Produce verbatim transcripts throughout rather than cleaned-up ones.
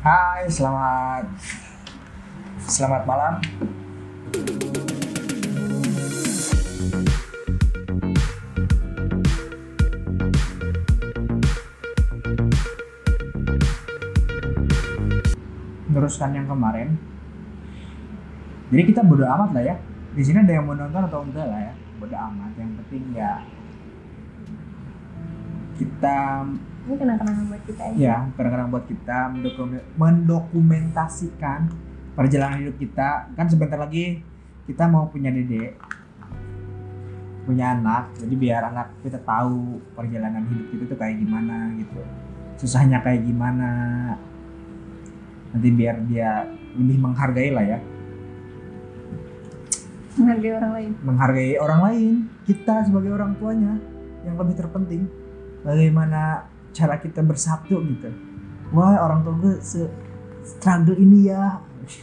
Hai, selamat selamat malam. Meneruskan yang kemarin. Jadi kita bodo amat lah ya. Di sini ada yang mau nonton atau enggak lah ya. Bodo amat. Yang penting ya kita Ini kenang-kenangan buat kita aja. ya kadang-kadang buat kita mendokumen- mendokumentasikan perjalanan hidup kita. Kan sebentar lagi kita mau punya dedek, punya anak, jadi biar anak kita tahu perjalanan hidup kita tuh kayak gimana gitu, susahnya kayak gimana, nanti biar dia lebih menghargai lah ya, Menghargai orang lain. menghargai orang lain, kita sebagai orang tuanya. Yang lebih terpenting bagaimana cara kita bersatu gitu. Wah, orang tua gue se struggle ini ya.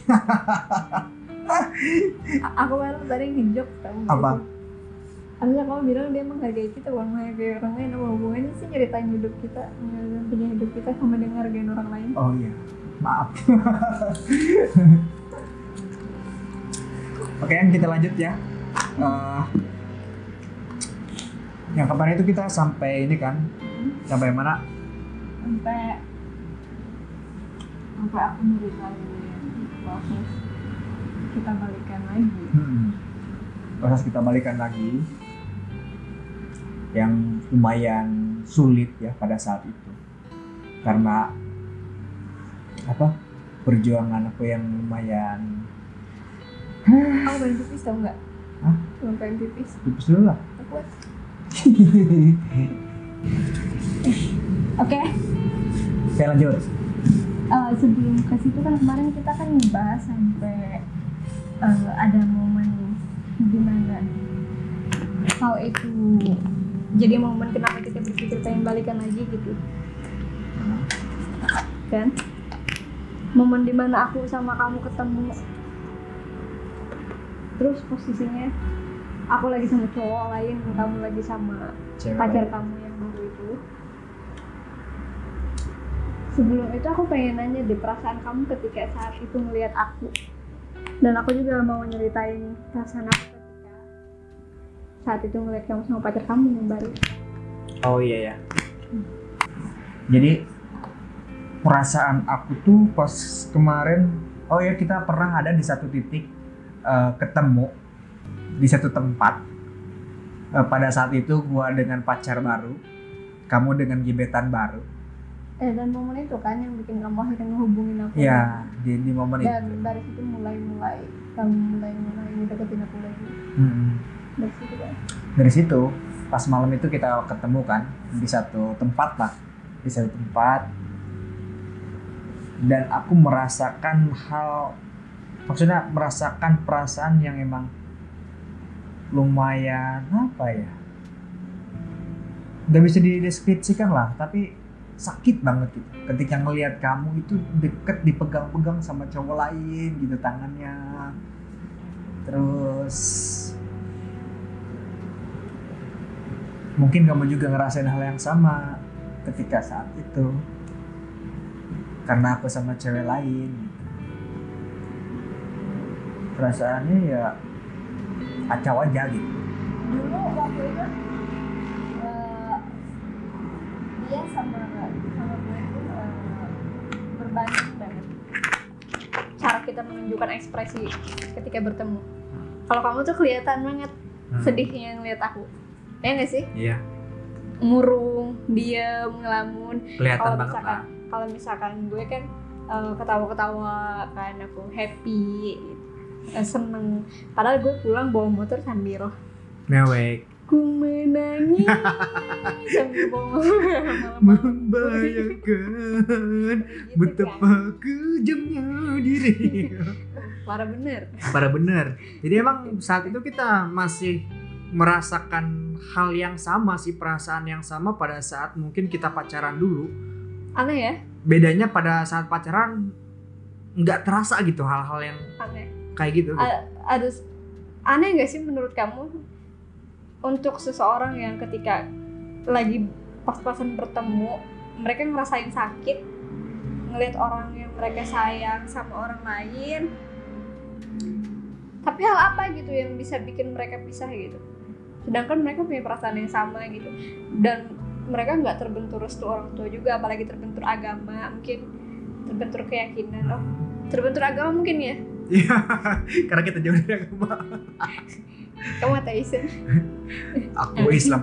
A- aku baru tadi ngejok kamu. Apa? Harusnya kamu bilang dia menghargai kita, bukan menghargai orang lain. Apa hubungannya sih ceritain hidup kita, ngeliatin punya hidup kita sama dia ngehargain orang lain? Oh iya, maaf. Oke, yang kita lanjut ya. Eh, yang kemarin itu kita sampai ini kan, sampai mana? Sampai sampai aku nyeritain proses kita balikan lagi. Hmm. Proses kita balikan lagi, yang lumayan sulit ya pada saat itu, karena apa? Perjuangan aku yang lumayan. Kamu pengen pipis tau nggak? Hah? Cuma pengen pipis. Pipis dulu lah. Aku Oke. Oke, lanjut. Uh, sebelum ke situ kan kemarin kita kan ngebahas sampai uh, ada momen dimana hal itu jadi momen kenapa kita berpikir pengen balikan lagi gitu kan, momen dimana aku sama kamu ketemu terus posisinya aku lagi sama cowok lain, kamu lagi sama Cewek pacar lain. kamu yang baru itu. Sebelum itu aku pengen nanya deh perasaan kamu ketika saat itu ngelihat aku, dan aku juga mau nyeritain perasaan aku ketika saat itu ngelihat kamu sama pacar kamu yang baru. Oh iya ya. Jadi perasaan aku tuh pas kemarin, oh ya kita pernah ada di satu titik uh, ketemu di satu tempat. Uh, pada saat itu gua dengan pacar baru, kamu dengan gebetan baru. Eh dan momen itu kan yang bikin kamu akhirnya ngehubungin aku. Ya di, di momen Dan itu. dari situ mulai-mulai kamu mulai-mulai deketin aku lagi. Mm-mm. Dari situ kan. Dari situ pas malam itu kita ketemu kan di satu tempat lah, di satu tempat, dan aku merasakan hal, maksudnya merasakan perasaan yang emang lumayan apa ya, nggak bisa dideskripsikan lah, tapi sakit banget gitu ketika ngelihat kamu itu deket dipegang-pegang sama cowok lain gitu tangannya, terus mungkin kamu juga ngerasain hal yang sama ketika saat itu karena aku sama cewek lain gitu. Perasaannya ya kacau aja gitu. Dulu waktu itu uh, dia sama sama gue itu uh, berbanding banget cara kita menunjukkan ekspresi ketika bertemu. Kalau kamu tuh kelihatan banget Hmm. sedihnya ngeliat aku, ya nggak sih? Iya, Murung, diam, ngelamun. kelihatan Kalau banget misalkan lah. kalau misalkan gue kan uh, ketawa-ketawa kan, aku happy, uh, seneng. Padahal gue pulang bawa motor sambil Mewek. ku menangis sambil bawa motor malam-malam. Membayangkan Gitu betapa kan. kejamnya diri. Parah bener. Parah bener. Jadi emang saat itu kita masih merasakan hal yang sama sih, perasaan yang sama pada saat mungkin kita pacaran dulu. Aneh ya? Bedanya pada saat pacaran nggak terasa gitu hal-hal yang Aneh. kayak gitu. A- ada aneh nggak sih menurut kamu untuk seseorang yang ketika lagi pas-pasan bertemu mereka ngerasain sakit ngelihat orang yang mereka sayang sama orang lain, tapi hal apa gitu yang bisa bikin mereka pisah gitu, sedangkan mereka punya perasaan yang sama gitu, dan mereka nggak terbentur restu orang tua juga, apalagi terbentur agama, mungkin terbentur keyakinan. Oh, terbentur agama mungkin ya? Iya, karena kita jauh dari agama. Kamu ateis ya? Aku Islam.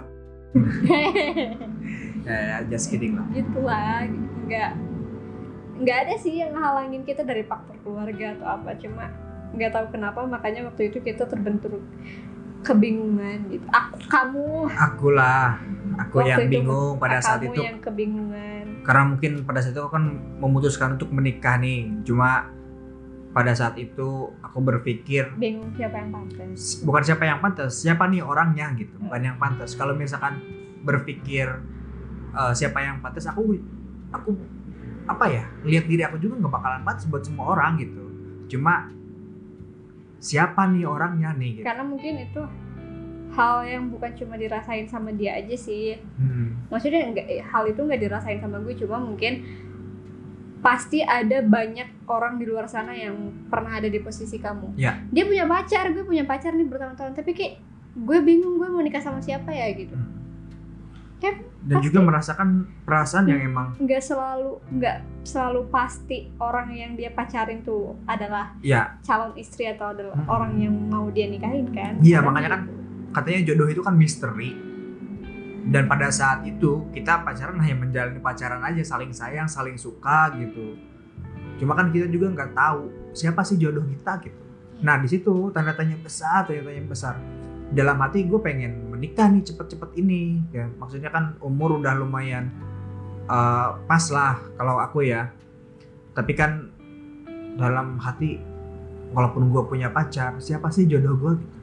Ya, ya, just kidding lah. Gitulah, nggak nggak ada sih yang ngehalangin kita dari faktor keluarga atau apa, cuma nggak tahu kenapa makanya waktu itu kita terbentur kebingungan gitu. Aku, kamu. Akulah, aku Waktu yang itu, bingung pada saat kamu itu. yang kebingungan. Karena mungkin pada saat itu aku kan memutuskan untuk menikah nih. Cuma pada saat itu aku berpikir Bingung siapa yang pantas. bukan siapa yang pantas, siapa nih orangnya gitu, bukan yang pantas. Kalau misalkan berpikir uh, siapa yang pantas, aku aku apa ya, lihat diri aku juga nggak bakalan pantas buat semua orang gitu. Cuma siapa nih orangnya nih gitu. Karena mungkin itu hal yang bukan cuma dirasain sama dia aja sih. Hmm. Maksudnya enggak, hal itu nggak dirasain sama gue, cuma mungkin pasti ada banyak orang di luar sana yang pernah ada di posisi kamu. Ya. Dia punya pacar, gue punya pacar nih bertahun-tahun, tapi kayak gue bingung gue mau nikah sama siapa ya gitu. Hmm. Kayak Dan pasti juga merasakan perasaan yang emang nggak selalu nggak selalu pasti orang yang dia pacarin tuh adalah ya, calon istri atau adalah Hmm. orang yang mau dia nikahin kan. iya Karena makanya kan gitu. katanya jodoh itu kan misteri. Dan pada saat itu kita pacaran hanya menjalani pacaran aja, saling sayang, saling suka gitu. Cuma kan kita juga nggak tahu siapa sih jodoh kita gitu. Nah di situ tanda tanya besar, tanda tanya besar. Dalam hati gue pengen menikah nih cepet-cepet ini. Ya maksudnya kan umur udah lumayan uh, pas lah kalau aku ya. Tapi kan dalam hati, walaupun gue punya pacar, siapa sih jodoh gue gitu.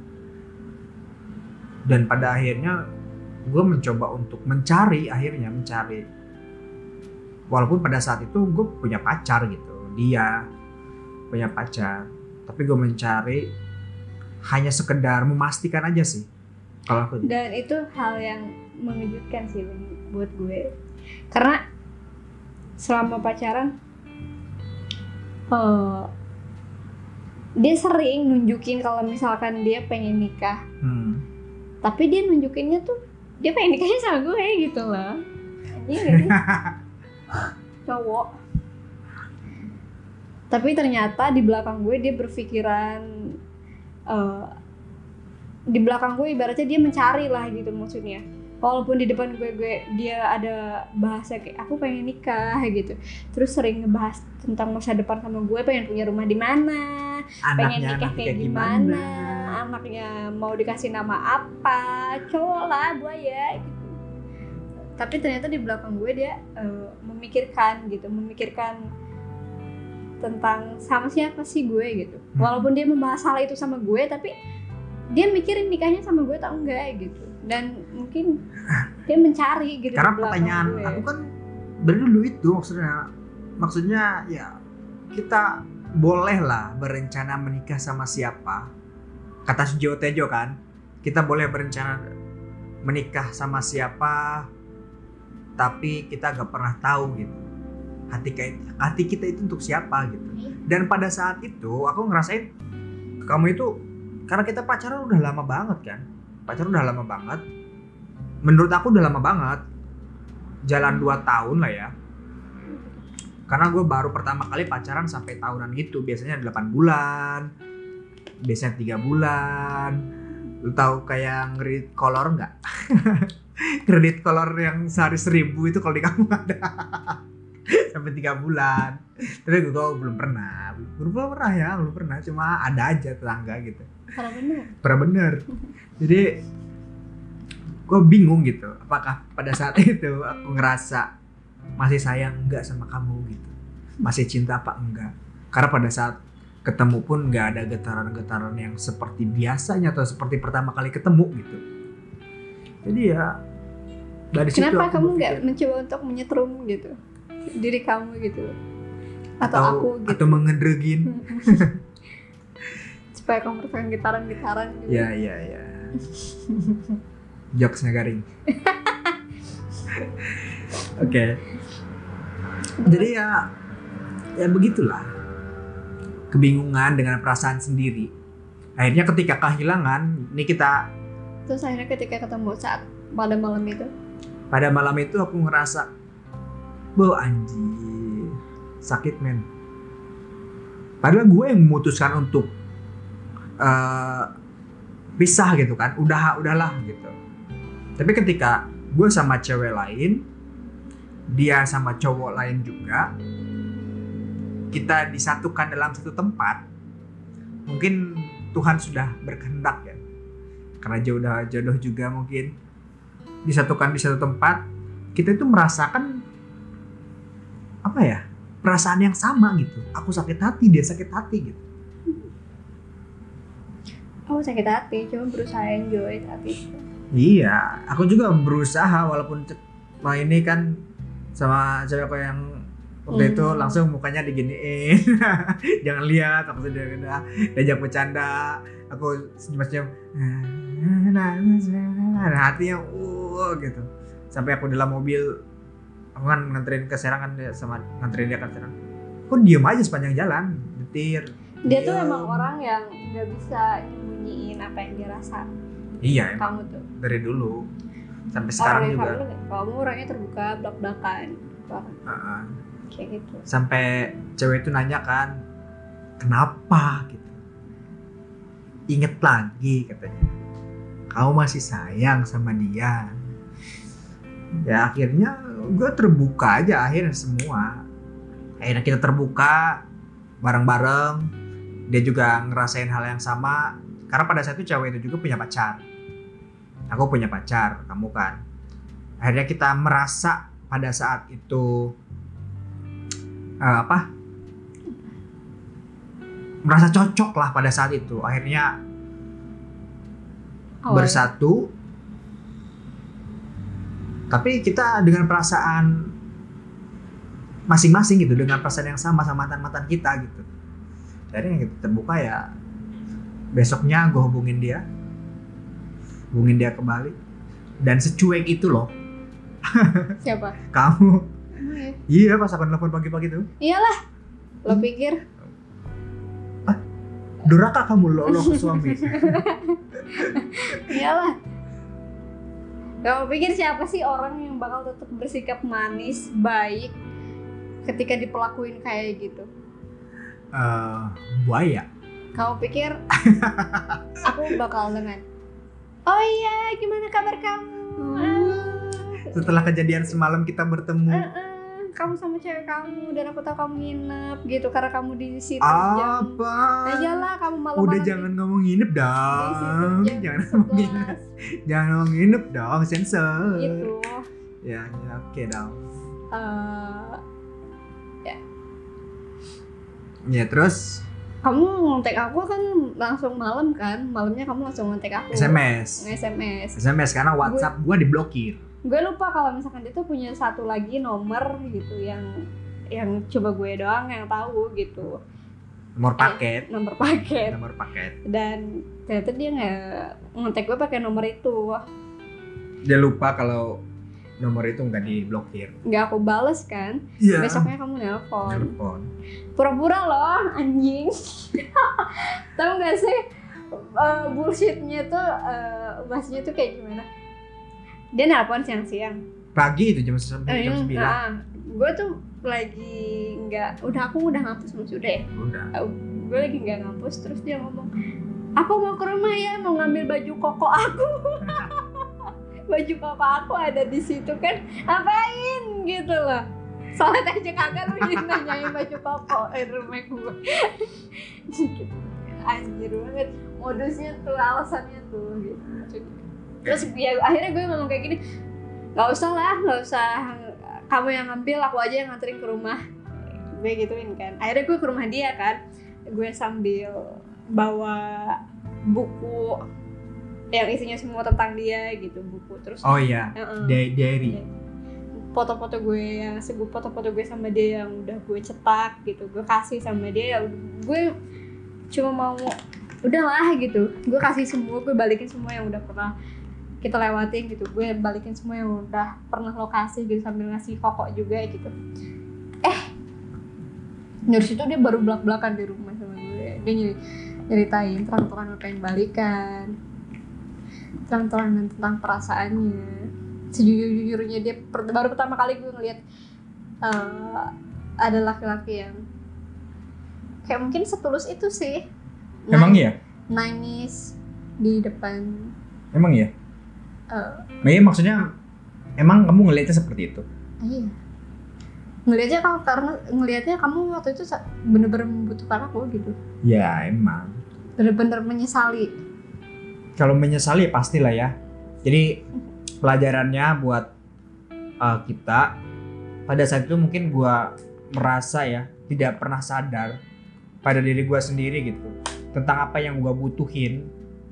Dan pada akhirnya gue mencoba untuk mencari, akhirnya mencari, walaupun pada saat itu gue punya pacar gitu, dia punya pacar, tapi gue mencari hanya sekedar memastikan aja sih kalau aku. Dan itu hal yang mengejutkan sih buat gue, karena selama pacaran uh, dia sering nunjukin kalau misalkan dia pengen nikah, hmm. tapi dia nunjukinnya tuh dia pengen nikahnya sama gue gitu loh. Iya gak sih? Cowok. Tapi ternyata di belakang gue dia berpikiran uh, di belakang gue ibaratnya dia mencari lah gitu maksudnya. Walaupun di depan gue, gue dia ada bahasa kayak aku pengen nikah gitu. Terus sering ngebahas tentang masa depan sama gue, pengen punya rumah di mana, pengen Anaknya nikah nanti kayak gimana, anaknya mau dikasih nama apa, cowok lah buaya gitu. Tapi ternyata di belakang gue dia uh, memikirkan gitu, memikirkan tentang sama siapa sih gue gitu. Hmm. Walaupun dia membahas hal itu sama gue, tapi dia mikirin nikahnya sama gue atau enggak gitu. Dan mungkin dia mencari gitu. Karena di belakang pertanyaan gue. aku kan dari dulu itu maksudnya, maksudnya ya kita boleh lah berencana menikah sama siapa. Kata Sujiwo Tejo kan, kita boleh berencana menikah sama siapa, tapi kita gak pernah tahu gitu hati kita, hati kita itu untuk siapa gitu. Dan pada saat itu aku ngerasain kamu itu, karena kita pacaran udah lama banget kan, pacaran udah lama banget, menurut aku udah lama banget, jalan dua tahun lah ya. Karena gue baru pertama kali pacaran sampai tahunan gitu, biasanya delapan bulan, biasanya tiga bulan. Lu tahu kayak ngerit kolor nggak? Kredit kolor yang sehari seribu itu kalau di kamu ada. Sampai tiga bulan. Tapi gue belum pernah, belum pernah ya, belum pernah. Cuma ada aja tetangga gitu. Pernah bener. Pernah bener. Jadi gue bingung gitu, apakah pada saat itu aku ngerasa masih sayang enggak sama kamu gitu, masih cinta apa enggak. Karena pada saat ketemu pun nggak ada getaran-getaran yang seperti biasanya atau seperti pertama kali ketemu gitu. Jadi ya dari situ Kenapa aku kamu berpikir, nggak mencoba untuk menyetrum gitu diri kamu gitu, atau, atau aku gitu, atau mengedregin. supaya kamu merasakan getaran-getaran gitu. Ya ya ya. Jokesnya garing. Oke. Jadi ya ya begitulah, kebingungan dengan perasaan sendiri. Akhirnya ketika kehilangan, ini kita Terus akhirnya ketika ketemu saat pada malam itu, pada malam itu aku ngerasa, boh anjir, sakit men. Padahal gue yang memutuskan untuk uh, pisah gitu kan, udah udahlah gitu. Tapi ketika gue sama cewek lain, dia sama cowok lain juga, kita disatukan dalam satu tempat, mungkin Tuhan sudah berkehendak ya, karena jodoh jodoh juga mungkin disatukan di satu tempat, kita itu merasakan apa ya, perasaan yang sama gitu. Aku sakit hati, dia sakit hati gitu. aku sakit hati, cuma berusaha enjoy saat itu. Iya, aku juga berusaha walaupun nah ini kan sama cewekku yang waktu Hmm. itu langsung mukanya diginiin. Jangan lihat, aku sudah udah diajak bercanda, aku senyum-senyum. Nah, hatinya uh gitu. Sampai aku dalam mobil, aku kan nganterin ke Serang kan, dia sama nganterin dia ke Serang. Kok diem aja sepanjang jalan, nyetir. Dia tuh Diem. emang orang yang nggak bisa nyembunyiin apa yang dia rasa. Iya, emang Kamu tuh dari dulu sampai sekarang orang juga. yang kamu, kamu orangnya terbuka, belak-belakan, Uh-uh. kayak gitu. Sampai cewek itu nanya kan, kenapa gitu. Ingat lagi katanya, kamu masih sayang sama dia. Ya akhirnya gue terbuka aja, akhirnya semua. Akhirnya kita terbuka bareng-bareng. Dia juga ngerasain hal yang sama. Karena pada saat itu cewek itu juga punya pacar. Aku punya pacar, kamu kan. Akhirnya kita merasa pada saat itu uh, apa? Merasa cocok lah pada saat itu. Akhirnya Awalnya. bersatu. Tapi kita dengan perasaan masing-masing gitu, dengan perasaan yang sama sama mantan-mantan kita gitu. Jadi yang kita terbuka ya, besoknya gue hubungin dia, hubungin dia kembali, dan secuek itu loh. Siapa? Kamu. Emang ya? Iya, pas aku nelfon pagi-pagi tuh. Iyalah, lo pikir Durhaka kamu lo lo ke suami. iyalah. Kamu pikir siapa sih orang yang bakal tetap bersikap manis, baik ketika diperlakuin kayak gitu? Eh, buaya. Kamu pikir aku bakal dengan, oh iya, gimana kabar kamu? Ah, Setelah kejadian semalam kita bertemu. ah, ah, kamu sama cewek kamu dan aku tahu kamu nginep gitu karena kamu di situ jam. Apa? Nah, iyalah kamu malam-malam Udah di- jangan ngomong nginep di situ dong. jam Jangan ngomong nginep. sebelas Jangan ngomong nginep dong, sensor. gitu. Ya, ya oke dong. Eh, Ya terus kamu ngontek aku kan langsung malam kan, malamnya kamu langsung ngontek aku. S M S. Nge-S M S. S M S karena WhatsApp gua diblokir. Gue lupa kalau misalkan dia tuh punya satu lagi nomor gitu yang yang coba gue doang yang tahu gitu, Nomor paket, nomor paket. nomor paket. Dan ternyata dia nggak ngontek gue pakai nomor itu. Dia lupa kalau nomor itu nggak diblokir. Nggak aku bales kan. Iya. Besoknya kamu nelpon. Telepon. Pura-pura loh anjing. Tahu nggak sih uh, bullshitnya tuh uh, bahasnya tuh kayak gimana? Dia nelpon siang-siang. Pagi itu jam jam Eh, sembilan. nah, gue tuh lagi nggak, udah aku udah ngampus belum sudah ya? Udah. Gue lagi nggak ngampus, terus dia ngomong, aku mau ke rumah ya, mau ngambil baju koko aku. Baju koko aku ada di situ kan, apain gitu loh. Soalnya aja kagak lu jadi nanyain baju koko eh rumah gue. Gitu. Anjir banget modusnya tuh, alasannya tuh gitu. Terus ya akhirnya gue ngomong kayak gini, nggak usah lah, nggak usah kamu yang ngambil, aku aja yang nganterin ke rumah. Gue gituin kan. Akhirnya gue ke rumah dia kan, gue sambil bawa buku yang isinya semua tentang dia gitu, buku terus. Oh iya. uh-uh. Di- Diary. Foto-foto gue yang sebut foto-foto gue sama dia yang udah gue cetak gitu, gue kasih sama dia. Gue cuma mau udahlah gitu, gue kasih semua, gue balikin semua yang udah pernah kita lewatin gitu, gue balikin semua yang udah pernah lo kasih gitu, sambil ngasih koko juga gitu. Eh Dari situ dia baru belak-belakan di rumah sama gue. Dia nyeri, nyeritain terang-terangan pengen balikan, terang-terangan tentang perasaannya. Sejujur-jujurnya dia per, baru pertama kali gue ngeliat uh, ada laki-laki yang kayak mungkin setulus itu sih. Emang iya? Nangis di depan. Emang iya? Uh, nah, iya maksudnya emang kamu ngelihatnya seperti itu? Iya. Ngelihatnya kamu karena ngelihatnya kamu waktu itu bener-bener membutuhkan aku gitu. Ya emang. Bener-bener menyesali. Kalau menyesali pastilah ya. Jadi pelajarannya buat uh, kita pada saat itu mungkin gue merasa ya tidak pernah sadar pada diri gue sendiri gitu tentang apa yang gue butuhin,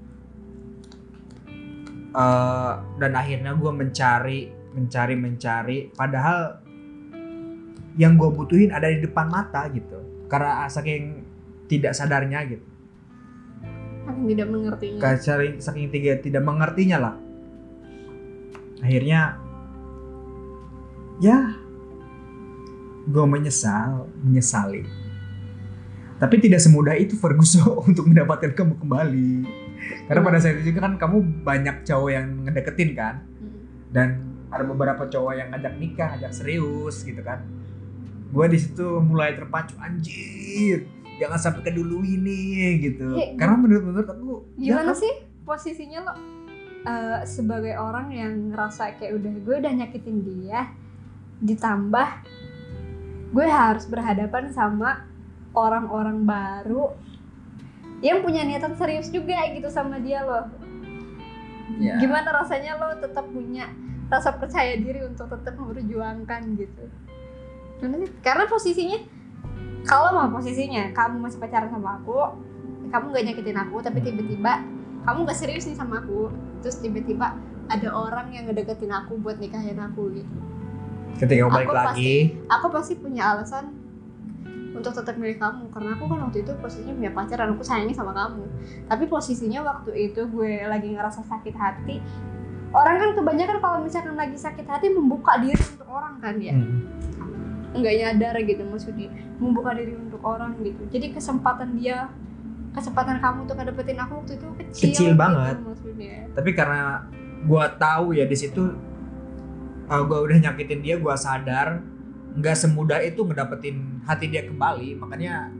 uh, dan akhirnya gue mencari mencari mencari padahal yang gue butuhin ada di depan mata gitu karena saking tidak sadarnya gitu, saking tidak mengertinya, saking, saking tidak tidak mengertinya lah akhirnya ya gue menyesal menyesali tapi tidak semudah itu Ferguson untuk mendapatkan kamu kembali karena pada saat itu kan kamu banyak cowok yang ngedeketin kan, dan ada beberapa cowok yang ngajak nikah, ngajak serius gitu kan. Gue di situ mulai terpacu, anjir jangan sampai kedulu ini gitu ya, karena menurut menurut aku gimana ya, sih posisinya lo uh, sebagai orang yang ngerasa kayak udah gue udah nyakitin dia, ditambah gue harus berhadapan sama orang-orang baru yang punya niatan serius juga gitu sama dia lo. Ya. Gimana rasanya lo tetap punya rasa percaya diri untuk tetap memperjuangkan gitu? Karena posisinya, kalau mau posisinya kamu masih pacaran sama aku, kamu gak nyakitin aku, tapi tiba-tiba kamu gak serius nih sama aku, terus tiba-tiba ada orang yang ngedeketin aku buat nikahin aku gitu. Ketika kamu balik aku lagi, pasti, aku pasti punya alasan untuk tetap milih kamu, karena aku kan waktu itu posisinya punya pacar dan aku sayangnya sama kamu. Tapi posisinya waktu itu gue lagi ngerasa sakit hati. Orang kan kebanyakan kalau misalkan lagi sakit hati membuka diri untuk orang kan ya. Hmm. Nggak nyadar gitu maksudnya, membuka diri untuk orang gitu. Jadi kesempatan dia, kesempatan kamu untuk dapetin aku waktu itu kecil, kecil gitu, banget maksudnya. Tapi karena gue tahu ya di situ uh, gue udah nyakitin dia, gue sadar nggak semudah itu ngedapetin hati dia kembali. Makanya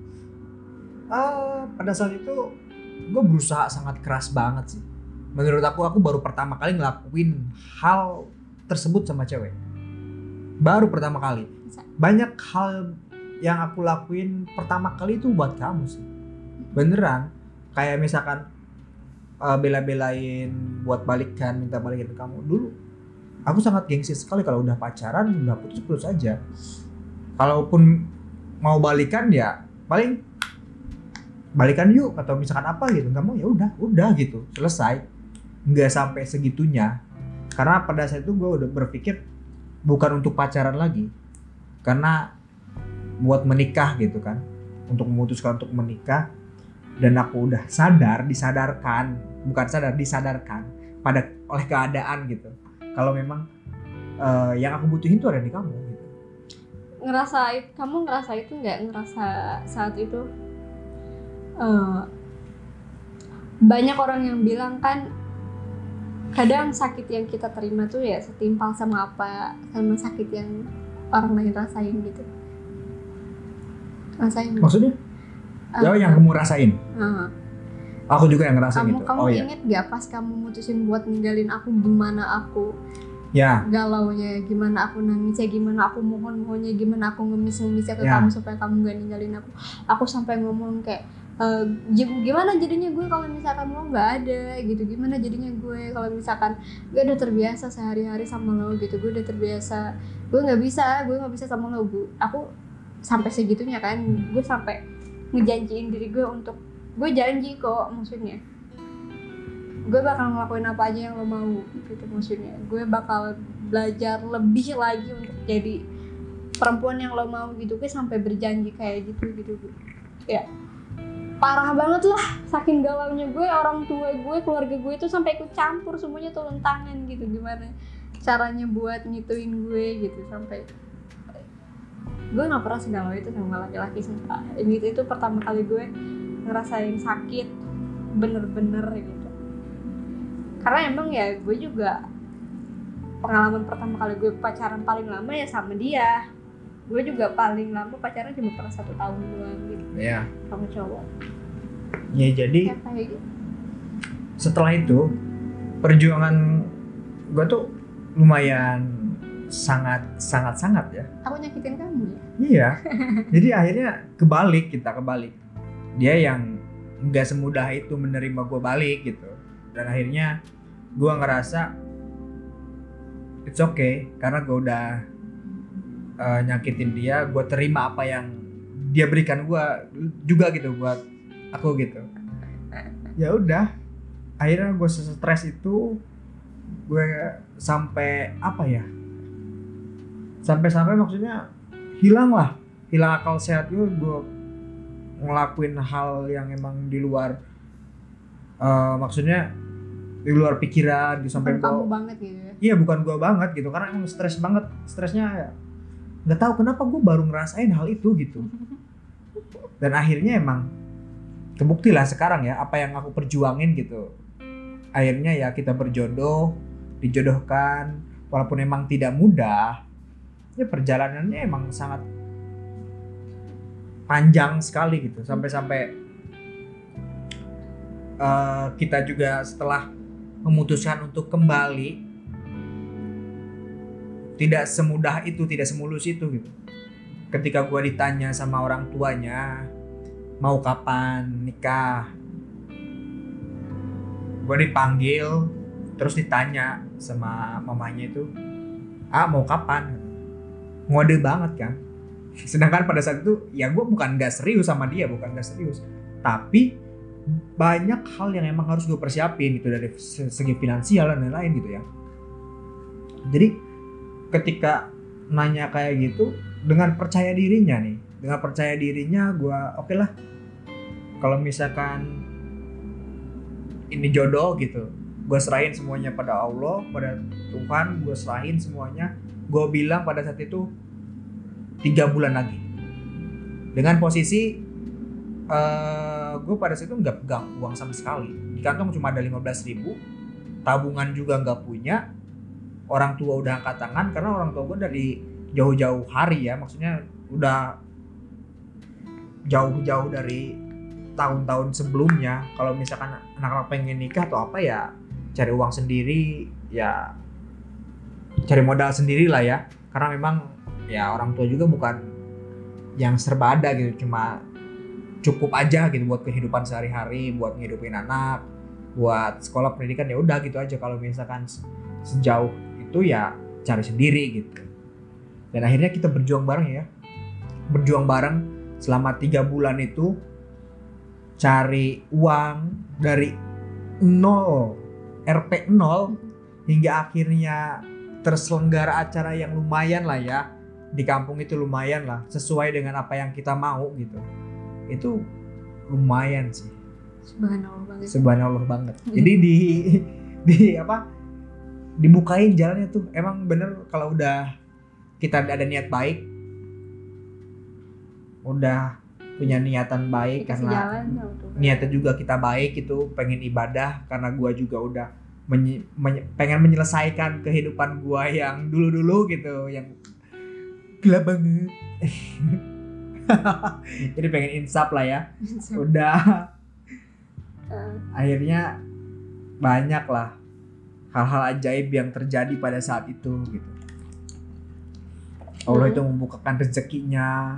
uh, pada saat itu gue berusaha sangat keras banget sih. Menurut aku, aku baru pertama kali ngelakuin hal tersebut sama cewek. Baru pertama kali. Banyak hal yang aku lakuin pertama kali itu buat kamu sih. Beneran. Kayak misalkan uh, bela-belain buat balikan, minta balikin ke kamu. Dulu aku sangat gengsi sekali kalau udah pacaran, udah putus-putus aja. Kalaupun mau balikan ya paling balikan yuk atau misalkan apa gitu. Enggak mau ya udah, udah gitu. Selesai. Enggak sampai segitunya. Karena pada saat itu gue udah berpikir bukan untuk pacaran lagi, karena buat menikah gitu kan, untuk memutuskan untuk menikah. Dan aku udah sadar, disadarkan, bukan sadar, disadarkan pada oleh keadaan gitu, kalau memang uh, yang aku butuhin tuh ada di kamu gitu. Ngerasa, kamu ngerasa itu nggak, ngerasa saat itu uh, banyak orang yang bilang kan kadang sakit yang kita terima tuh ya setimpal sama apa, sama sakit yang orang lain rasain gitu. Rasain. Maksudnya? Uh, ya yang kamu rasain. Uh, aku juga yang ngerasain kamu, gitu. Kamu oh, inget iya. gak pas kamu mutusin buat ninggalin aku, gimana aku ya. galaunya, gimana aku nangisnya, gimana aku mohon-mohonnya, gimana aku ngemis-ngemisnya ke ya. kamu supaya kamu gak ninggalin aku. Aku sampai ngomong kayak Uh, gimana jadinya gue kalau misalkan lo nggak ada gitu, gimana jadinya gue kalau misalkan gue udah terbiasa sehari-hari sama lo gitu, gue udah terbiasa, gue nggak bisa gue nggak bisa sama lo. Gue aku sampai segitunya kan, gue sampai ngejanjiin diri gue untuk, gue janji kok maksudnya gue bakal ngelakuin apa aja yang lo mau gitu, maksudnya gue bakal belajar lebih lagi untuk jadi perempuan yang lo mau gitu. Gue sampai berjanji kayak gitu gitu ya. Parah banget lah, saking galaunya gue, orang tua gue, keluarga gue itu sampai ikut campur, semuanya turun tangan gitu, gimana caranya buat ngituin gue gitu, sampai gue nggak pernah segalau itu sama laki-laki sumpah. Ini itu pertama kali gue ngerasain sakit bener-bener gitu. Karena emang ya gue juga pengalaman pertama kali gue pacaran paling lama ya sama dia. Gue juga paling lama pacaran cuma pernah satu tahun doang gitu. Iya. Sama cowok. Ya jadi Ya, kayak gitu. setelah itu perjuangan gue tuh lumayan sangat sangat sangat ya. Aku nyakitin kamu ya? Iya. Jadi akhirnya kebalik, kita kebalik. Dia yang nggak semudah itu menerima gue balik gitu. Dan akhirnya gue ngerasa it's okay karena gue udah uh, nyakitin dia, gue terima apa yang dia berikan gue juga gitu buat aku gitu. Ya udah, akhirnya gue stres itu, gue sampai apa ya? Sampai-sampai maksudnya hilang lah, hilang akal sehat gue, gue ngelakuin hal yang emang di luar, uh, maksudnya di luar pikiran, gitu, sampai Bukan kamu gua, banget gitu ya? Iya bukan gue banget gitu, karena emang stres banget, stresnya ya, nggak tahu kenapa gue baru ngerasain hal itu gitu. Dan akhirnya emang terbukti lah sekarang ya apa yang aku perjuangin gitu. Akhirnya ya kita berjodoh, dijodohkan, walaupun emang tidak mudah. Ya perjalanannya emang sangat panjang sekali gitu, sampai-sampai uh, kita juga setelah memutuskan untuk kembali tidak semudah itu, tidak semulus itu gitu. Ketika gua ditanya sama orang tuanya mau kapan nikah, gua dipanggil terus ditanya sama mamanya itu, ah mau kapan? Ngode banget kan. Sedangkan pada saat itu ya gue bukan gak serius sama dia, bukan gak serius, tapi banyak hal yang emang harus gue persiapin gitu dari segi finansial dan lain-lain gitu ya. Jadi ketika nanya kayak gitu dengan percaya dirinya nih, dengan percaya dirinya gue oke okay lah kalau misalkan ini jodoh gitu, gue serahin semuanya pada Allah, pada Tuhan, gue serahin semuanya. Gue bilang pada saat itu tiga bulan lagi. Dengan posisi uh, gue pada saat itu nggak pegang uang sama sekali. Di kantong cuma ada lima belas ribu. Tabungan juga nggak punya. Orang tua udah angkat tangan karena orang tua gue dari jauh-jauh hari ya. Maksudnya udah jauh-jauh dari tahun-tahun sebelumnya. Kalau misalkan anak-anak pengen nikah atau apa ya cari uang sendiri ya. Cari modal sendiri lah ya, karena memang ya orang tua juga bukan yang serba ada gitu, cuma cukup aja gitu buat kehidupan sehari-hari, buat ngehidupin anak, buat sekolah pendidikan ya udah gitu aja. Kalau misalkan sejauh itu ya cari sendiri gitu. Dan akhirnya kita berjuang bareng ya, berjuang bareng selama tiga bulan itu, cari uang dari nol, R P nol, hingga akhirnya terselenggara acara yang lumayan lah ya di kampung itu, lumayan lah sesuai dengan apa yang kita mau gitu. Itu lumayan sih. Subhanallah banget. Subhanallah banget. Jadi di di apa dibukain jalannya tuh. Emang bener kalau udah kita ada niat baik, udah punya niatan baik, dikasih karena jalan, niatnya juga kita baik itu, pengen ibadah, karena gua juga udah Menye, menye, pengen menyelesaikan kehidupan gua yang dulu-dulu gitu, yang gelap banget. Jadi pengen insaf lah ya. Udah uh. akhirnya banyak lah hal-hal ajaib yang terjadi pada saat itu gitu. Allah itu membukakan rezekinya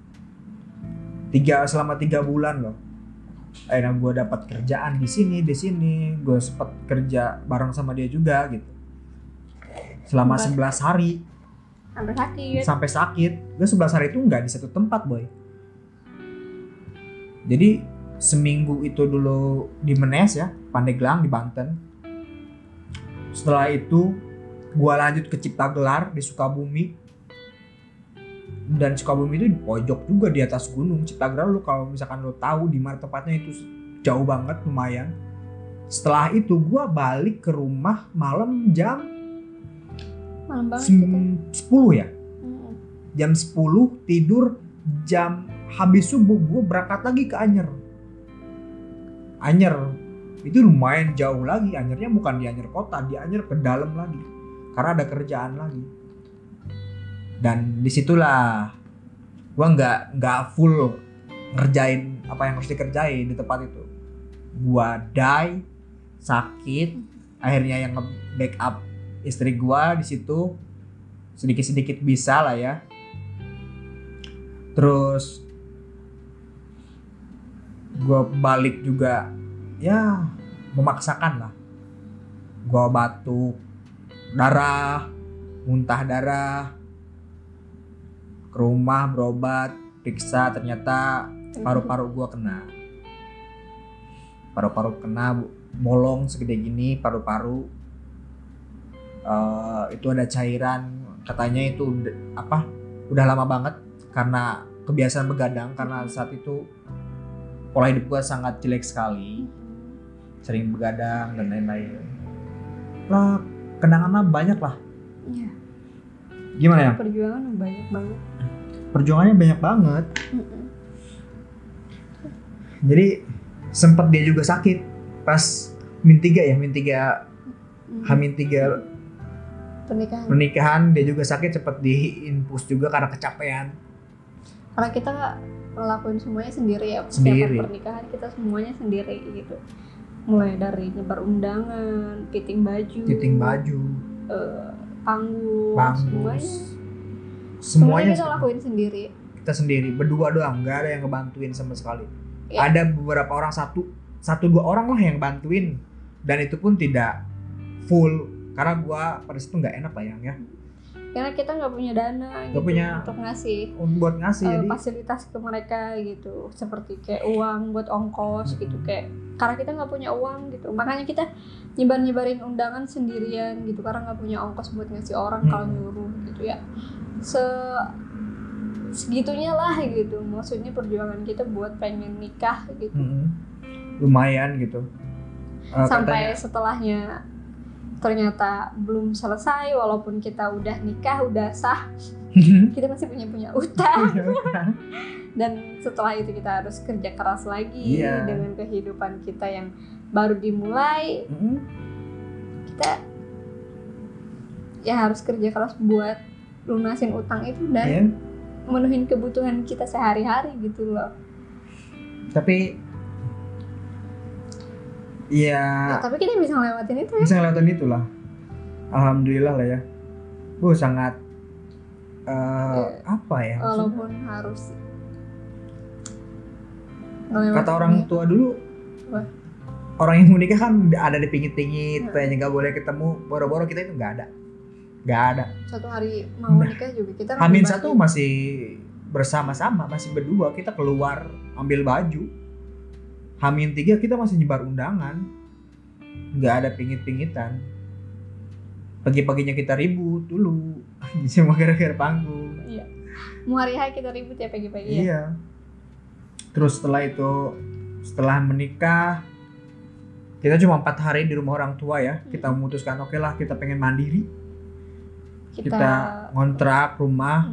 tiga selama tiga bulan loh. Akhirnya gue dapat kerjaan di sini, di sini, gue sempet kerja bareng sama dia juga gitu. Selama sebelas hari. Sampai sakit. Sampai sakit. Gue sebelas hari itu nggak di satu tempat boy. Jadi seminggu itu dulu di Menes ya, Pandeglang di Banten. Setelah itu gue lanjut ke Ciptagelar di Sukabumi. Dan Sukabumi itu di pojok juga di atas gunung. Ciptagelar lu kalau misalkan lu tahu di mana tempatnya itu jauh banget lumayan. Setelah itu gue balik ke rumah malam jam malam banget sem- sepuluh ya. hmm. jam sepuluh tidur, jam habis subuh gue berangkat lagi ke Anyer. Anyer itu lumayan jauh lagi, Anyernya bukan di Anyer kota, di Anyer ke dalam lagi karena ada kerjaan lagi. Dan disitulah gue nggak nggak full ngerjain apa yang harus dikerjain di tempat itu. Gue die, sakit, akhirnya yang nge-backup istri gue di situ sedikit-sedikit bisa lah ya. Terus gue balik juga ya memaksakan lah. Gue batuk, darah, muntah darah, ke rumah berobat, periksa, ternyata paru-paru gue kena. Paru-paru kena, bolong segede gini paru-paru. Uh, itu ada cairan, katanya itu apa? Udah lama banget karena kebiasaan begadang, karena saat itu pola hidup gue sangat jelek sekali, sering begadang dan lain-lain. Lah kenangannya banyak lah. Iya. Gimana ya? Perjuangan banyak banget. Perjuangannya banyak banget. Mm-mm. Jadi sempat dia juga sakit pas min tiga ya, min tiga Mm-mm. Hamin tiga Pernikahan. pernikahan dia juga sakit, sempat diinfus juga karena kecapean. Karena kita ngelakuin semuanya sendiri ya. Sendiri. Persiapan pernikahan kita semuanya sendiri gitu. Mulai dari nyebar undangan, fitting baju, Fitting baju, eh, panggung, panggung, semuanya. semuanya Semuanya kita se- lakuin sendiri. kita sendiri berdua doang, nggak ada yang ngebantuin sama sekali. Ya. Ada beberapa orang, satu satu dua orang lah yang bantuin, dan itu pun tidak full karena gua pada situ nggak enak lah yang ya Karena kita nggak punya dana gitu punya- untuk ngasih buat ngasih. eh, Jadi fasilitas ke mereka gitu, seperti kayak uang buat ongkos gitu, kayak karena kita nggak punya uang gitu, makanya kita nyebar nyebarin undangan sendirian gitu karena nggak punya ongkos buat ngasih orang kalau Hmm. nyuruh gitu ya. Se segitunya lah gitu, maksudnya perjuangan kita buat pengen nikah gitu. mm-mm, lumayan gitu. Eh, Sampai katanya- setelahnya ternyata belum selesai, walaupun kita udah nikah udah sah, kita masih punya punya utang. Dan setelah itu kita harus kerja keras lagi. Iya. Dengan kehidupan kita yang baru dimulai, Mm-mm. kita ya harus kerja keras buat lunasin utang itu dan Iya. menuhin kebutuhan kita sehari-hari gitu loh. Tapi ya Ya, tapi kita bisa ngelewatin itu ya. bisa ngeliatin itulah, alhamdulillah lah ya. Bu sangat eh, Iya. apa ya maksudnya? Walaupun harus ngelewatin Kata orang itu. tua dulu, Wah. orang yang mau nikah kan ada dipingit-pingit, Hmm. kayaknya nggak boleh ketemu. Boro-boro kita itu nggak ada, nggak ada. Satu hari mau Nah. nikah juga kita Hamin ngambil satu baju. masih bersama-sama, masih berdua, kita keluar ambil baju. Hamin tiga kita masih nyebar undangan, nggak ada pingit-pingitan. Pagi-paginya kita ribut dulu, cuma gara-gara panggung. Iya. Mau hari hari kita ribut ya pagi-pagi ya. Iya. Terus setelah itu, setelah menikah, kita cuma empat hari di rumah orang tua ya. Kita Hmm. memutuskan oke lah kita pengen mandiri. Kita, Kita ngontrak rumah.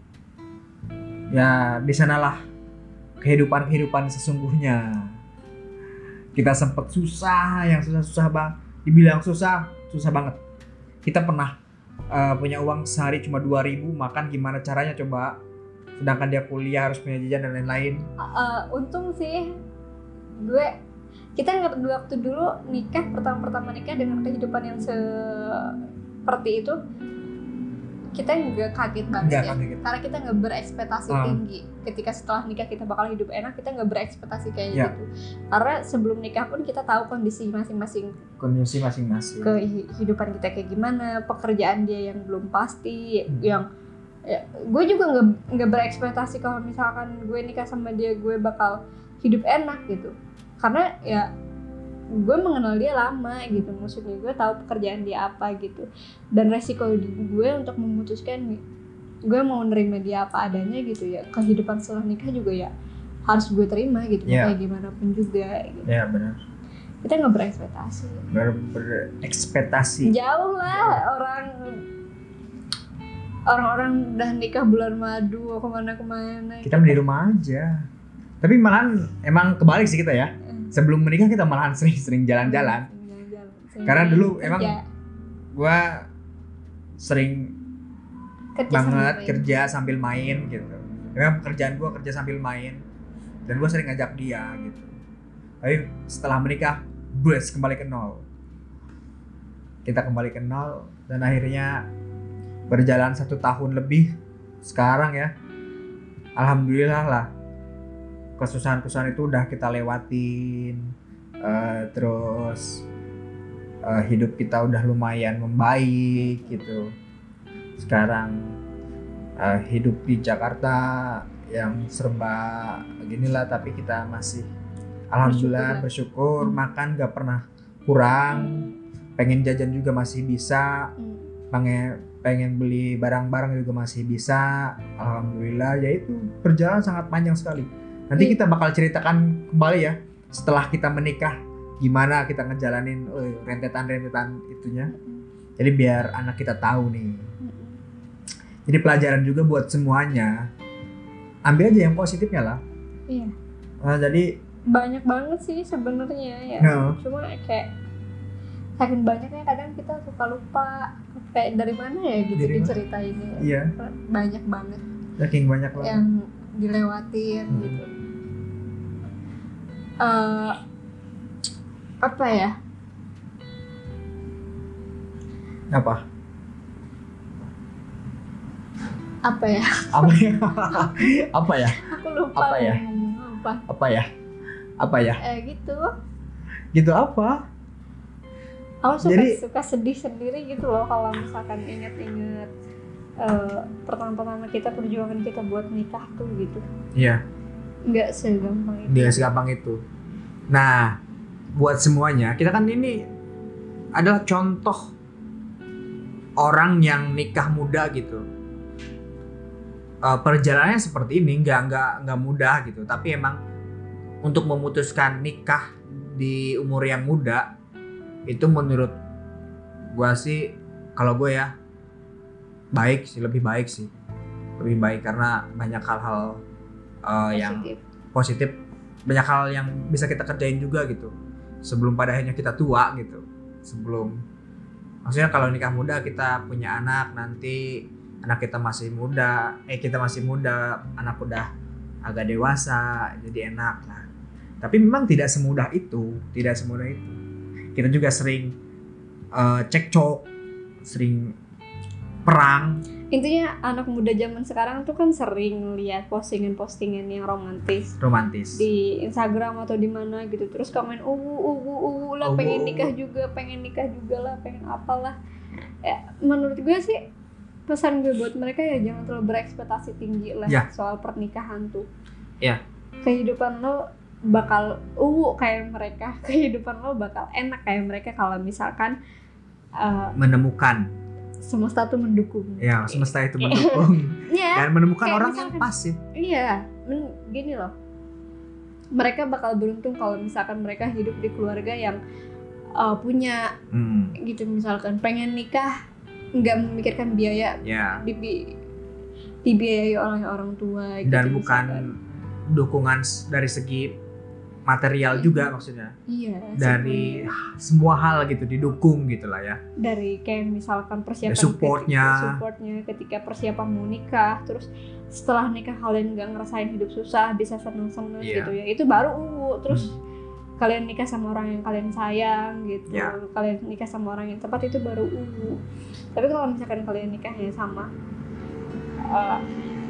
Ya di sanalah kehidupan-kehidupan sesungguhnya. Kita sempet susah, yang susah-susah bang. Dibilang susah, susah banget. Kita pernah uh, punya uang sehari cuma dua ribu, makan gimana caranya coba. Sedangkan dia kuliah harus punya jajan dan lain-lain. Eh, untung sih gue kita nggak dua waktu dulu nikah pertama-pertama nikah dengan kehidupan yang seperti itu, kita nggak kaget banget Nggak ya, kaget. karena kita nggak berekspektasi Ah. tinggi ketika setelah nikah kita bakal hidup enak, kita nggak berekspektasi kayak Ya. gitu, karena sebelum nikah pun kita tahu kondisi masing-masing, Kondisi masing-masing. kehidupan kita kayak gimana, pekerjaan dia yang belum pasti, Hmm. yang ya, gue juga nggak nggak berekspektasi kalau misalkan gue nikah sama dia gue bakal hidup enak gitu, karena ya gue mengenal dia lama gitu, maksudnya gue tahu pekerjaan dia apa gitu, dan resiko gue untuk memutuskan gue mau nerima dia apa adanya gitu ya, kehidupan setelah nikah juga ya harus gue terima gitu, Ya. kayak gimana pun juga gitu. Ya benar. Kita nggak berekspektasi, Ber berekspektasi. jauh lah orang orang-orang udah nikah bulan madu kemana-kemana. Kita di rumah aja. Tapi malahan emang kebalik sih kita ya. Sebelum menikah kita malahan sering-sering jalan-jalan. Jalan-jalan. Karena dulu Kerja. emang gua sering Kerja banget sambil main. kerja sambil main gitu. Memang pekerjaan gua kerja sambil main dan gua sering ngajak dia gitu. Tapi setelah menikah, bus kembali ke nol. Kita kembali ke nol dan akhirnya berjalan satu tahun lebih sekarang ya. Alhamdulillah lah. Kesusahan-kesusahan itu udah kita lewatin, uh, terus uh, hidup kita udah lumayan membaik gitu. Sekarang uh, hidup di Jakarta yang serba beginilah, tapi kita masih alhamdulillah bersyukur, Hmm. makan gak pernah kurang, pengen jajan juga masih bisa, Hmm. pengen pengen beli barang-barang juga masih bisa, alhamdulillah. Ya itu perjalanan sangat panjang sekali. Nanti Iya. kita bakal ceritakan kembali ya setelah kita menikah gimana kita ngejalanin eh, rentetan-rentetan itunya. Jadi biar anak kita tahu nih. Jadi pelajaran juga buat semuanya. Ambil aja yang positifnya lah. Iya. Nah, jadi Banyak banget sih sebenarnya ya. no. Cuma kayak saking banyaknya kadang kita suka lupa kayak dari mana ya gitu Dari mana? diceritainnya. Iya, Banyak banget saking banyak lah. yang dilewatin Hmm. gitu. Eh, apa ya? Apa? Apa ya? Apa ya? Apa ya? Aku lupa Apa ya? mau ngomong apa. Apa ya? Apa ya? Eh gitu. Gitu apa? Aku suka Jadi- suka sedih sendiri gitu loh kalau misalkan inget-inget eh, pertama-tama kita perjuangan kita buat nikah tuh gitu. Iya. Nggak segampang itu. Dia segampang itu. Nah, buat semuanya, kita kan ini adalah contoh orang yang nikah muda gitu. Eh, perjalanannya seperti ini, nggak nggak nggak mudah gitu. Tapi emang untuk memutuskan nikah di umur yang muda itu menurut gua sih, kalau gue ya baik sih, lebih baik sih, lebih baik karena banyak hal-hal eh, yang Positif. positif, banyak hal yang bisa kita kerjain juga gitu sebelum pada akhirnya kita tua gitu. Sebelum, maksudnya kalau nikah muda kita punya anak, nanti anak kita masih muda, eh kita masih muda, anak udah agak dewasa, jadi enak lah. Tapi memang tidak semudah itu, tidak semudah itu. Kita juga sering eh, cekcok, sering perang. Intinya anak muda zaman sekarang tuh kan sering lihat postingan-postingan yang romantis Romantis. di Instagram atau di mana gitu, terus komen uwu uwu uwu lah, Uwu, pengen uwu. nikah juga, pengen nikah juga lah, pengen apalah. Ya, menurut gue sih pesan gue buat mereka ya jangan terlalu berekspektasi tinggi lah Ya. soal pernikahan tuh. Ya. Kehidupan lo bakal uwu kayak mereka, kehidupan lo bakal enak kayak mereka kalau misalkan uh, Menemukan, semesta tuh mendukung. ya semesta itu mendukung Iya. dan menemukan Kayak orang yang misalkan- pas ya. Iya, men- gini loh. Mereka bakal beruntung kalau misalkan mereka hidup di keluarga yang uh, punya Hmm, gitu, misalkan pengen nikah nggak memikirkan biaya, ya. dibi dibiayai oleh orang tua gitu, Dan bukan misalkan. dukungan s- dari segi material Iya. juga maksudnya. Iya, Dari semuanya. semua hal gitu didukung gitu lah ya. Dari kayak misalkan persiapan Ada supportnya. ketika, supportnya ketika persiapan mau nikah, terus setelah nikah kalian nggak ngerasain hidup susah, bisa seneng-seneng Iya. gitu ya, itu baru uwu. Terus Hmm. kalian nikah sama orang yang kalian sayang gitu, Ya. kalian nikah sama orang yang tepat, itu baru uwu. Tapi kalau misalkan kalian nikahnya sama uh,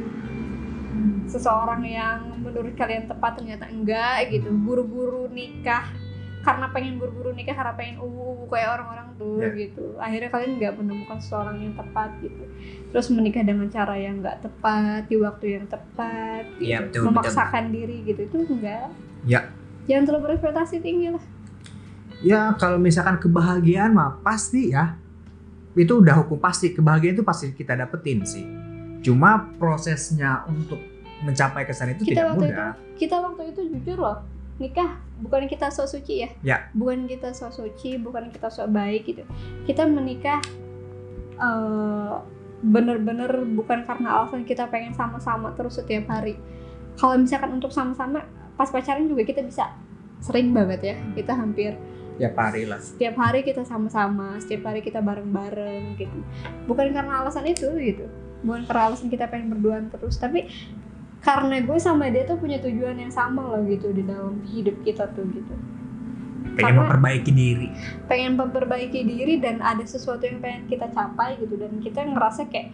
seseorang yang menurut kalian tepat ternyata enggak gitu, buru-buru nikah karena pengen buru-buru nikah karena pengen uwu kayak orang-orang tuh Ya. gitu, akhirnya kalian nggak menemukan seseorang yang tepat gitu, terus menikah dengan cara yang nggak tepat di waktu yang tepat gitu, Iya, betul, memaksakan diri gitu, itu enggak. Ya. Jangan terlalu berekspektasi tinggi lah. Ya kalau misalkan kebahagiaan mah pasti ya, itu udah hukum pasti, kebahagiaan itu pasti kita dapetin sih. Cuma prosesnya untuk mencapai ke sana itu Kita tidak waktu mudah. Kita waktu itu jujur loh, nikah bukan kita sok suci ya, Ya. bukan kita sok suci, bukan kita sok baik gitu. Kita menikah eh, bener-bener bukan karena alasan kita pengen sama-sama terus setiap hari. Kalau misalkan untuk sama-sama pas pacaran juga kita bisa sering banget ya, kita hampir Tiap hari lah. setiap hari kita sama-sama, setiap hari kita bareng-bareng gitu. Bukan karena alasan itu gitu, bukan karena alasan kita pengen berduaan terus, tapi karena gue sama dia tuh punya tujuan yang sama loh gitu di dalam hidup kita tuh gitu. Pengen Karena memperbaiki diri. pengen memperbaiki diri dan ada sesuatu yang pengen kita capai gitu, dan kita ngerasa kayak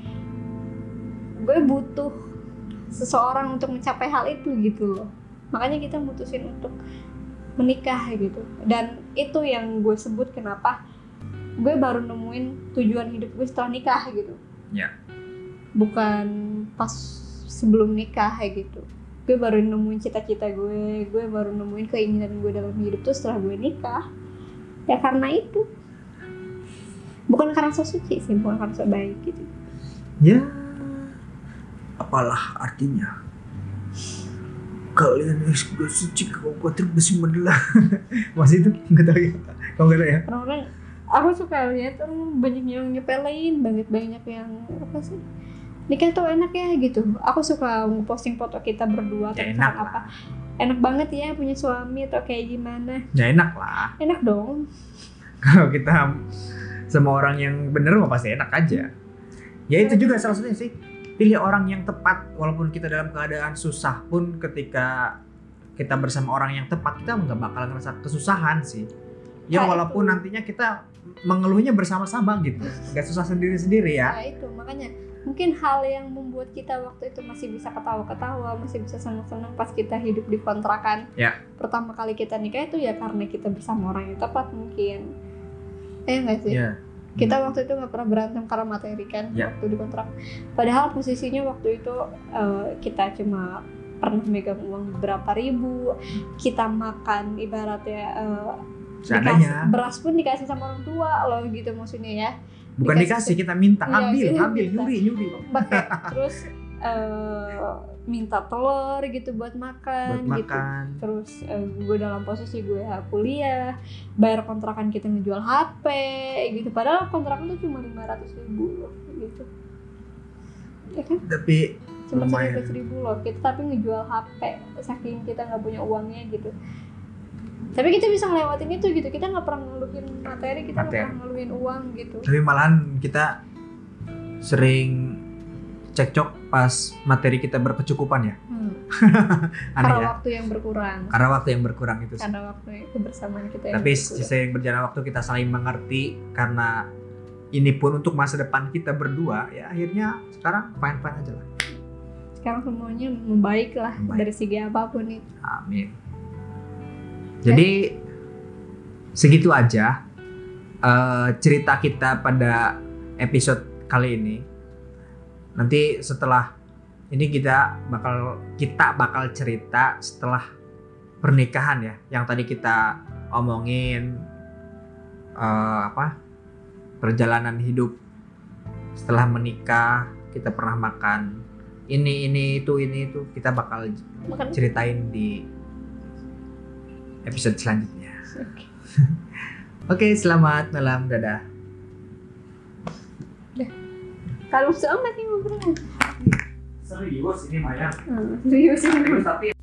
gue butuh seseorang untuk mencapai hal itu gitu loh. Makanya kita mutusin untuk menikah gitu. Dan itu yang gue sebut kenapa gue baru nemuin tujuan hidup gue setelah nikah gitu. Ya. Bukan pas sebelum nikah gitu. Gue baru nemuin cita-cita gue, gue baru nemuin keinginan gue dalam hidup tuh setelah gue nikah. Ya karena itu. Bukan karena so suci sih, bukan karena so baik gitu. Ya, apalah artinya? Kalian yang sudah suci, kau kotor bersih mendelah. Masih itu nggak tahu ya? Kau nggak tahu ya? Orang-orang, aku suka lihat orang banyak yang nyepelein banget, banyak yang apa sih? Nikah tuh enak ya gitu. Aku suka posting foto kita berdua Ya, atau enak apa. Enak banget ya punya suami atau kayak gimana? Ya enak lah. Enak dong. Kalau kita sama orang yang bener mah pasti enak aja. Ya itu juga salah satunya sih. Pilih orang yang tepat, walaupun kita dalam keadaan susah pun, ketika kita bersama orang yang tepat kita nggak bakal ngerasa kesusahan sih. Ya Nah, walaupun itu. nantinya kita mengeluhnya bersama-sama gitu, nggak susah sendiri-sendiri ya. Nah itu makanya mungkin hal yang membuat kita waktu itu masih bisa ketawa-ketawa, masih bisa senang-senang pas kita hidup di kontrakan. Ya. Pertama kali kita nikah itu ya karena kita bersama orang yang tepat mungkin. Eh nggak sih? Ya. Kita waktu itu nggak pernah berantem karena materi kan Ya. waktu di kontrak. Padahal posisinya waktu itu uh, kita cuma pernah megang uang beberapa ribu, kita makan ibaratnya uh, Seadanya. dikasih- beras pun dikasih sama orang tua loh gitu maksudnya ya. Bukan dikasih, kita minta, Iya, ngambil, kita ngambil, minta. nyuri, nyuri. Pakai terus uh, minta telur gitu buat makan, Buat gitu. makan. Terus uh, gue dalam posisi gue kuliah, bayar kontrakan kita ngejual H P gitu. Padahal kontrakan tuh cuma lima ratus ribu loh gitu. Ya kan? Tapi Cuma lumayan. seratus ribu loh. Kita tapi ngejual H P saking kita nggak punya uangnya gitu. Tapi kita bisa ngelewatin itu gitu. Kita nggak pernah ngeluhin materi, kita nggak Materi. pernah ngeluhin uang gitu. Tapi malahan kita sering cekcok pas materi kita berkecukupan ya. Hmm. Aneh Karena ya. waktu yang berkurang. Karena waktu yang berkurang itu sih. Karena waktu kebersamaan kita yang Tapi berkurang. seiring berjalan waktu kita saling mengerti, karena ini pun untuk masa depan kita berdua, ya akhirnya sekarang fine-fine aja lah. Sekarang semuanya membaik lah Membaik. dari segi apapun itu. Amin. Jadi segitu aja eh, cerita kita pada episode kali ini. Nanti setelah ini kita bakal kita bakal cerita setelah pernikahan ya, yang tadi kita omongin eh, apa perjalanan hidup setelah menikah, kita pernah makan ini ini itu ini itu, kita bakal Makan. ceritain di episode selanjutnya. Oke. Oke, selamat malam, dadah. Kalau sama sih ngobrol. Serius ini Maya. Hmm, serius. Serius tapi